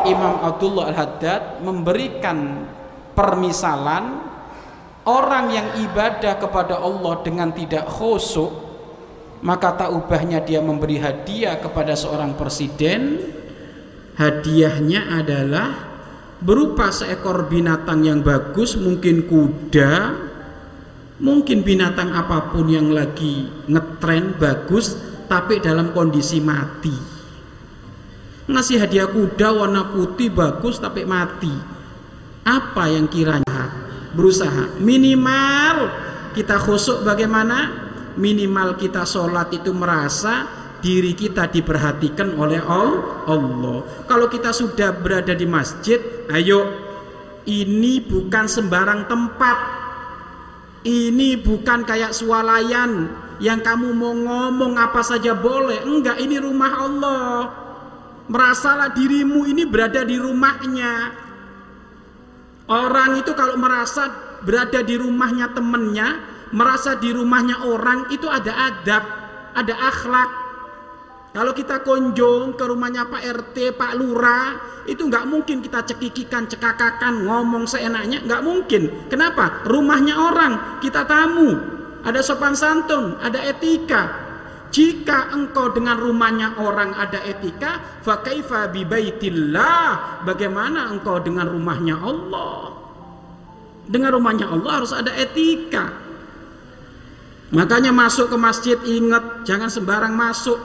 Imam Abdullah Al-Haddad memberikan permisalan orang yang ibadah kepada Allah dengan tidak khusyuk, maka tak ubahnya dia memberi hadiah kepada seorang presiden. Hadiahnya adalah berupa seekor binatang yang bagus, mungkin kuda, mungkin binatang apapun yang lagi ngetren bagus tapi dalam kondisi mati. Ngasih hadiah kuda warna putih bagus tapi mati. Apa yang kiranya berusaha minimal kita khusyuk, bagaimana? Minimal kita sholat itu merasa diri kita diperhatikan oleh Allah. Kalau kita sudah berada di masjid, ayo, ini bukan sembarang tempat, ini bukan kayak swalayan yang kamu mau ngomong apa saja boleh. Enggak, ini rumah Allah. Merasalah dirimu ini berada di rumahnya. Orang itu kalau merasa berada di rumahnya temennya, merasa di rumahnya orang, itu ada adab, ada akhlak. Kalau kita kunjung ke rumahnya Pak RT, Pak Lurah, itu nggak mungkin kita cekikikan, cekakakan, ngomong seenaknya, nggak mungkin. Kenapa? Rumahnya orang, kita tamu, ada sopan santun, ada etika. Jika engkau dengan rumahnya orang ada etika, fa kaifa bi baitillah, bagaimana engkau dengan rumahnya Allah? Dengan rumahnya Allah harus ada etika. Makanya masuk ke masjid ingat, jangan sembarang masuk.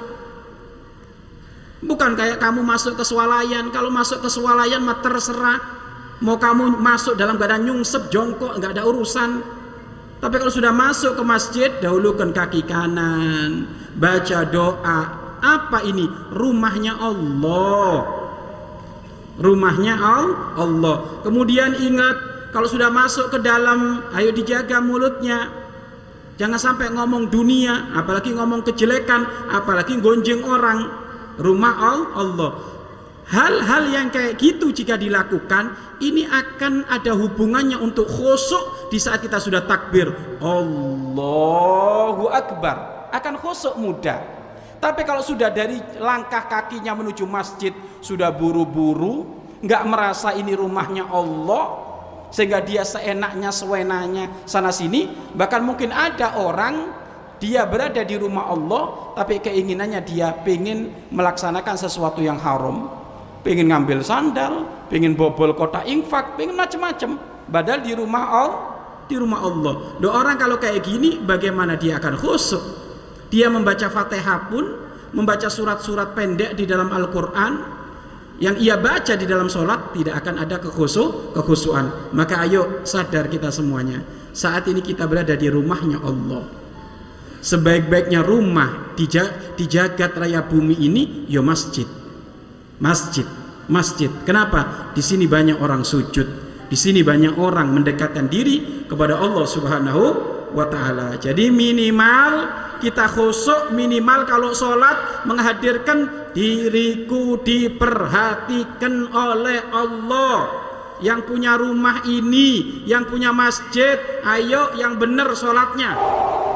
Bukan kayak kamu masuk ke swalayan. Kalau masuk ke swalayan mah terserah, mau kamu masuk dalam keadaan nyungsep jongkok, nggak ada urusan. Tapi kalau sudah masuk ke masjid, dahulukan kaki kanan, baca doa. Apa ini? Rumahnya Allah. Rumahnya Allah. Kemudian ingat, kalau sudah masuk ke dalam, ayo dijaga mulutnya. Jangan sampai ngomong dunia, apalagi ngomong kejelekan, apalagi gonjeng orang. Rumah Allah. Hal-hal yang kayak gitu jika dilakukan, ini akan ada hubungannya untuk khusyuk di saat kita sudah takbir Allahu Akbar, akan khusyuk mudah. Tapi kalau sudah dari langkah kakinya menuju masjid sudah buru-buru, nggak merasa ini rumahnya Allah, sehingga dia seenaknya sewenanya sana sini. Bahkan mungkin ada orang dia berada di rumah Allah tapi keinginannya dia pengen melaksanakan sesuatu yang haram, pengen ngambil sandal, pengen bobol kotak infak, pengen macam-macam, padahal di rumah Allah. Orang kalau kayak gini bagaimana dia akan khusyuk? Dia membaca Fatihah pun, membaca surat-surat pendek di dalam Al-Quran yang ia baca di dalam sholat, tidak akan ada kekhusyuan. Maka ayo sadar kita semuanya, saat ini kita berada di rumahnya Allah. Sebaik-baiknya rumah di jagat raya bumi ini ya masjid. Kenapa? Di sini banyak orang sujud, di sini banyak orang mendekatkan diri kepada Allah Subhanahu wa Ta'ala. Jadi minimal kita khusyuk, minimal kalau sholat menghadirkan diriku diperhatikan oleh Allah. Yang punya rumah ini, yang punya masjid, ayo yang benar sholatnya.